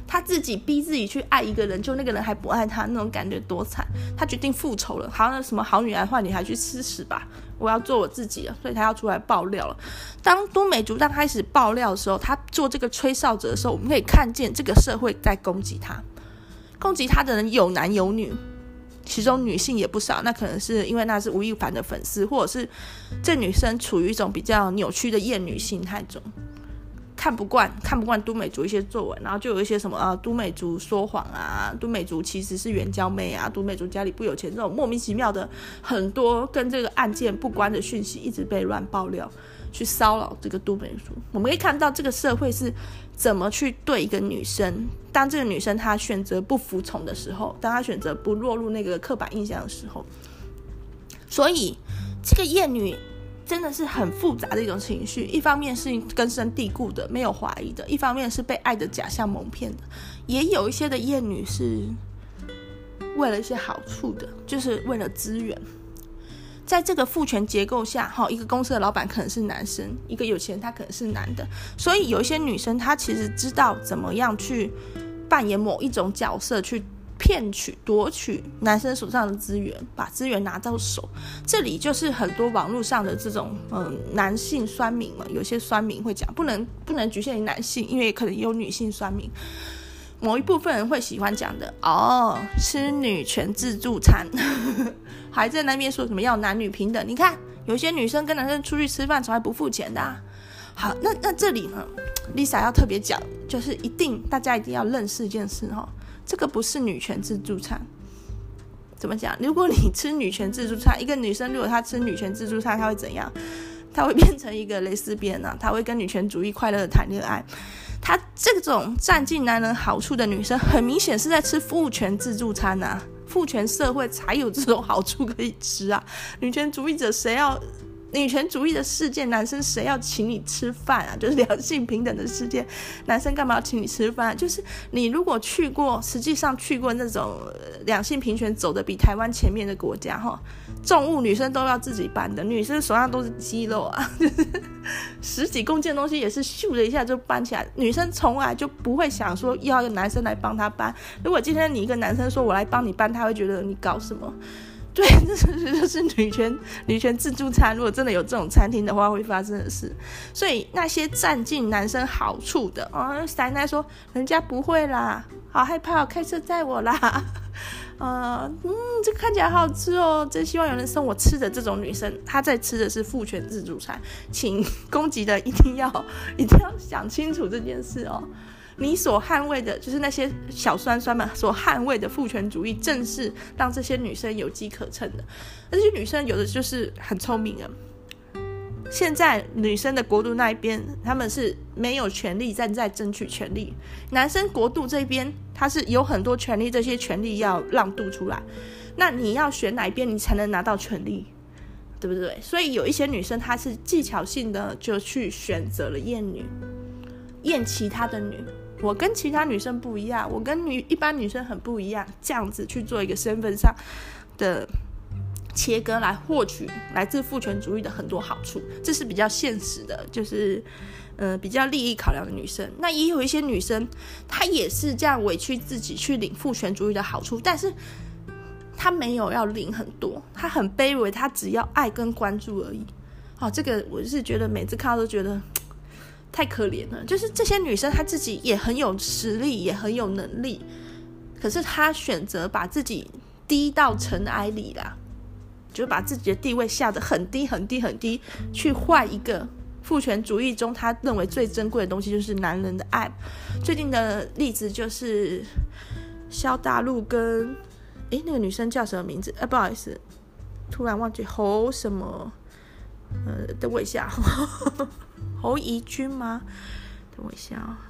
他自己逼自己去爱一个人，就那个人还不爱他，那种感觉多惨。他决定复仇了，好像什么好女人坏女孩去吃屎吧，我要做我自己了，所以他要出来爆料了。当都美竹刚开始爆料的时候，他做这个吹哨者的时候，我们可以看见这个社会在攻击他，攻击他的人有男有女，其中女性也不少，那可能是因为那是吴亦凡的粉丝，或者是这女生处于一种比较扭曲的厌女心态中，看不惯看不惯都美竹一些作文，然后就有一些什么啊，都美竹说谎啊，都美竹其实是援交妹啊，都美竹家里不有钱，这种莫名其妙的很多跟这个案件不关的讯息一直被乱爆料，去骚扰这个都美竹。我们可以看到这个社会是怎么去对一个女生，当这个女生她选择不服从的时候，当她选择不落入那个刻板印象的时候，所以这个厌女真的是很复杂的一种情绪，一方面是根深蒂固的没有怀疑的，一方面是被爱的假象蒙骗的，也有一些的厌女是为了一些好处的，就是为了资源。在这个父权结构下，一个公司的老板可能是男生，一个有钱人他可能是男的，所以有一些女生她其实知道怎么样去扮演某一种角色，去骗取夺取男生手上的资源，把资源拿到手。这里就是很多网络上的这种嗯男性酸民嘛，有些酸民会讲，不能不能局限于男性，因为可能也有女性酸民。某一部分人会喜欢讲的哦，吃女权自助餐还在那边说什么要男女平等，你看有些女生跟男生出去吃饭从来不付钱的啊。好，那那这里呢 Lisa 要特别讲，就是一定大家一定要认识一件事哈，这个不是女权自助餐。怎么讲？如果你吃女权自助餐，一个女生如果她吃女权自助餐，她会怎样？她会变成一个蕾丝边啊，她会跟女权主义快乐的谈恋爱。她这种占尽男人好处的女生，很明显是在吃父权自助餐啊，父权社会才有这种好处可以吃啊。女权主义者谁要？女权主义的世界，男生谁要请你吃饭啊？就是两性平等的世界，男生干嘛要请你吃饭？就是你如果去过，实际上去过那种两性平权走的比台湾前面的国家哈，重物女生都要自己搬的，女生手上都是肌肉啊，就是十几公斤的东西也是咻的一下就搬起来，女生从来就不会想说要一个男生来帮她搬。如果今天你一个男生说我来帮你搬，他会觉得你搞什么？对，这就是女权女权自助餐，如果真的有这种餐厅的话会发生的事。所以那些占尽男生好处的哦，奶奶说人家不会啦，好害怕、哦、开车载我啦，呃嗯，这看起来好好吃哦，真希望有人送我吃的，这种女生她在吃的是父权自助餐。请攻击的一定要一定要想清楚这件事哦。你所捍卫的就是那些小酸酸们所捍卫的父权主义，正是让这些女生有机可乘的。而这些女生有的就是很聪明的，现在女生的国度那一边他们是没有权利站在争取权利，男生国度这边他是有很多权利，这些权利要让渡出来，那你要选哪一边你才能拿到权利，对不对？所以有一些女生她是技巧性的就去选择了厌女，厌其他的女，我跟其他女生不一样，我跟女一般女生很不一样，这样子去做一个身份上的切割，来获取来自父权主义的很多好处，这是比较现实的，就是呃比较利益考量的女生。那也有一些女生她也是这样委屈自己去领父权主义的好处，但是她没有要领很多，她很卑微，她只要爱跟关注而已。哦，这个我是觉得每次看到都觉得太可怜了，就是这些女生她自己也很有实力，也很有能力，可是她选择把自己低到尘埃里啦，就把自己的地位下得很低很低很低，去换一个父权主义中她认为最珍贵的东西，就是男人的爱。最近的例子就是萧大陆跟诶那个女生叫什么名字、呃、不好意思突然忘记，侯什么呃，等我一下侯怡君吗？等我一下哦，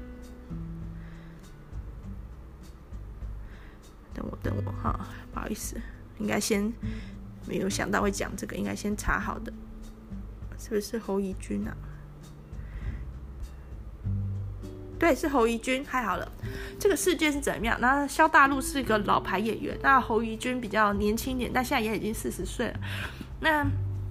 等我等我哈，不好意思，应该先没有想到会讲这个，应该先查好的，是不是侯怡君啊？对，是侯怡君，太好了。这个事件是怎么样？那萧大陆是一个老牌演员，那侯怡君比较年轻一点，但现在也已经四十岁了。那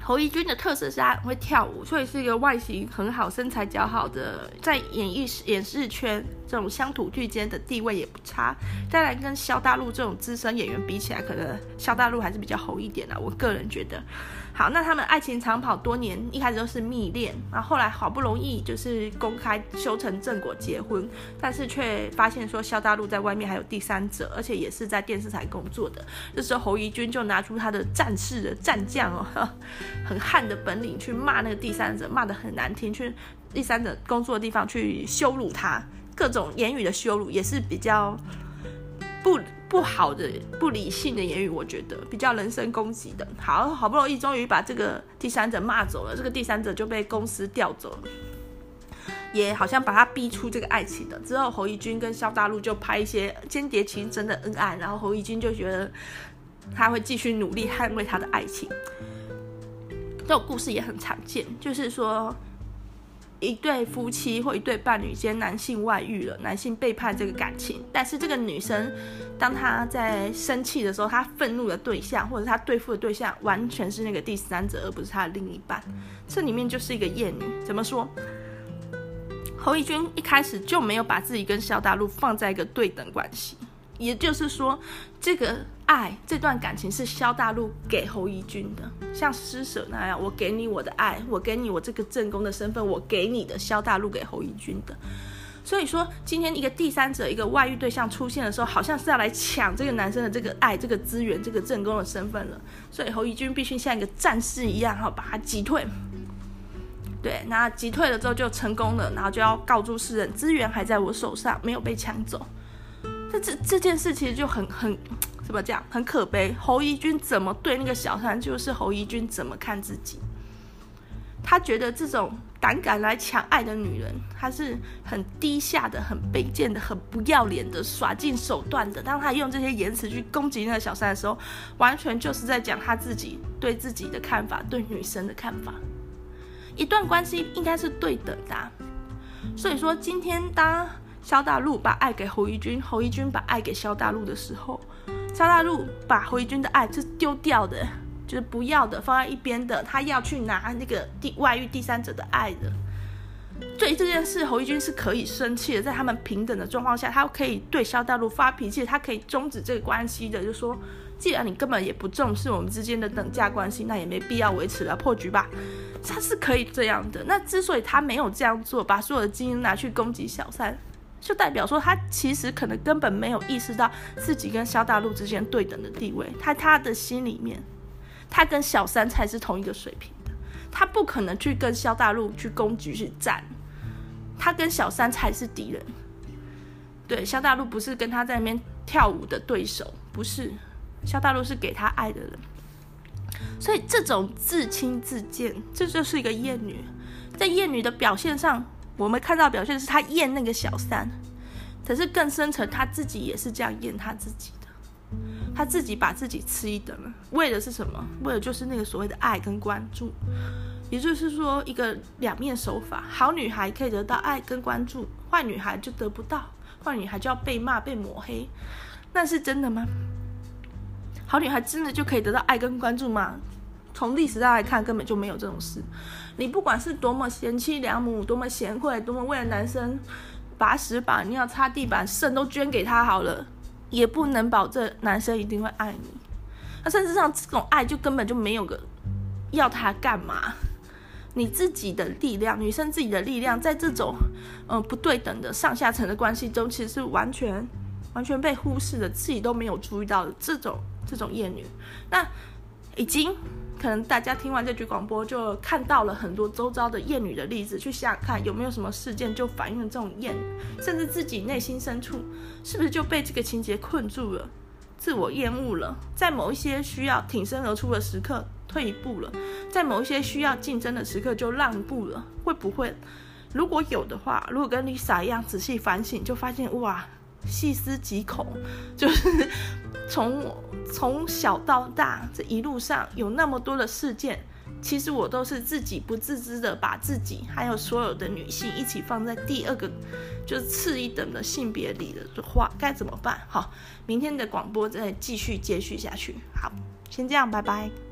侯怡君的特色是她很会跳舞，所以是一个外形很好、身材姣好的，在演艺演艺圈这种乡土剧间的地位也不差。当然，跟萧大陆这种资深演员比起来，可能萧大陆还是比较红一点啦，我个人觉得。好，那他们爱情长跑多年，一开始都是蜜恋，然后后来好不容易就是公开修成正果结婚，但是却发现说萧大陆在外面还有第三者，而且也是在电视台工作的。这时候侯怡君就拿出他的战士的战将哦，很悍的本领去骂那个第三者，骂得很难听，去第三者工作的地方去羞辱他，各种言语的羞辱也是比较不不好的、不理性的言语，我觉得比较人身攻击的。好，好不容易终于把这个第三者骂走了，这个第三者就被公司调走了，也好像把他逼出这个爱情的。之后侯怡君跟萧大陆就拍一些间谍情真的恩爱，然后侯怡君就觉得他会继续努力捍卫他的爱情。这种故事也很常见，就是说一对夫妻或一对伴侣间，男性外遇了，男性背叛这个感情，但是这个女生当她在生气的时候，她愤怒的对象或者她对付的对象完全是那个第三者，而不是她的另一半。这里面就是一个厌女。怎么说？侯怡君一开始就没有把自己跟萧大陆放在一个对等关系，也就是说，这个爱这段感情是萧大陆给侯怡君的，像施舍那样，我给你我的爱，我给你我这个正宫的身份，我给你的萧大陆给侯怡君的。所以说今天一个第三者，一个外遇对象出现的时候，好像是要来抢这个男生的这个爱，这个资源，这个正宫的身份了。所以侯怡君必须像一个战士一样把他击退。对，那击退了之后就成功了，然后就要告诸世人，资源还在我手上，没有被抢走。这这这件事其实就很很怎么讲，很可悲。侯怡君怎么对那个小三，就是侯怡君怎么看自己。他觉得这种胆敢来抢爱的女人，她是很低下的、很卑贱的、很不要脸的、耍尽手段的。当他用这些言辞去攻击那个小三的时候，完全就是在讲他自己对自己的看法，对女生的看法。一段关系应该是对等的啊，所以说今天当萧大陆把爱给侯怡君，侯怡君把爱给萧大陆的时候，萧大陆把侯怡君的爱是丢掉的，就是不要的，放在一边的，他要去拿那个第外遇第三者的爱的。对这件事，侯怡君是可以生气的，在他们平等的状况下，他可以对萧大陆发脾气，他可以终止这个关系的，就说既然你根本也不重视我们之间的等价关系，那也没必要维持了，破局吧。他是可以这样的。那之所以他没有这样做，把所有的精力拿去攻击小三，就代表说他其实可能根本没有意识到自己跟萧大陆之间对等的地位。他他的心里面，他跟小三才是同一个水平的，他不可能去跟萧大陆去攻击去战，他跟小三才是敌人。对，萧大陆不是跟他在那边跳舞的对手，不是，萧大陆是给他爱的人。所以这种自轻自贱，这就是一个厌女。在厌女的表现上，我们看到的表现是她厌那个小三，可是更深层，她自己也是这样厌她自己的。她自己把自己次一等了，为的是什么？为的就是那个所谓的爱跟关注。也就是说，一个两面手法，好女孩可以得到爱跟关注，坏女孩就得不到，坏女孩就要被骂被抹黑。那是真的吗？好女孩真的就可以得到爱跟关注吗？从历史上来看，根本就没有这种事。你不管是多么贤妻良母，多么贤惠，多么为了男生把屎把尿擦地板，肾都捐给他好了，也不能保证男生一定会爱你。那甚至上这种爱就根本就没有个要他干嘛。你自己的力量，女生自己的力量，在这种呃不对等的上下层的关系中，其实是完全完全被忽视的，自己都没有注意到的这种这种厌女。那已经可能大家听完这句广播，就看到了很多周遭的厌女的例子，去想想看有没有什么事件就反映了这种厌女，甚至自己内心深处是不是就被这个情节困住了，自我厌恶了，在某一些需要挺身而出的时刻退一步了，在某一些需要竞争的时刻就让步了。会不会如果有的话，如果跟 Lisa 一样仔细反省，就发现哇，细思极恐，就是从从小到大这一路上有那么多的事件，其实我都是自己不自知的把自己还有所有的女性一起放在第二个就是次一等的性别里的话，该怎么办？好，明天的广播再继续接续下去。好，先这样，拜拜。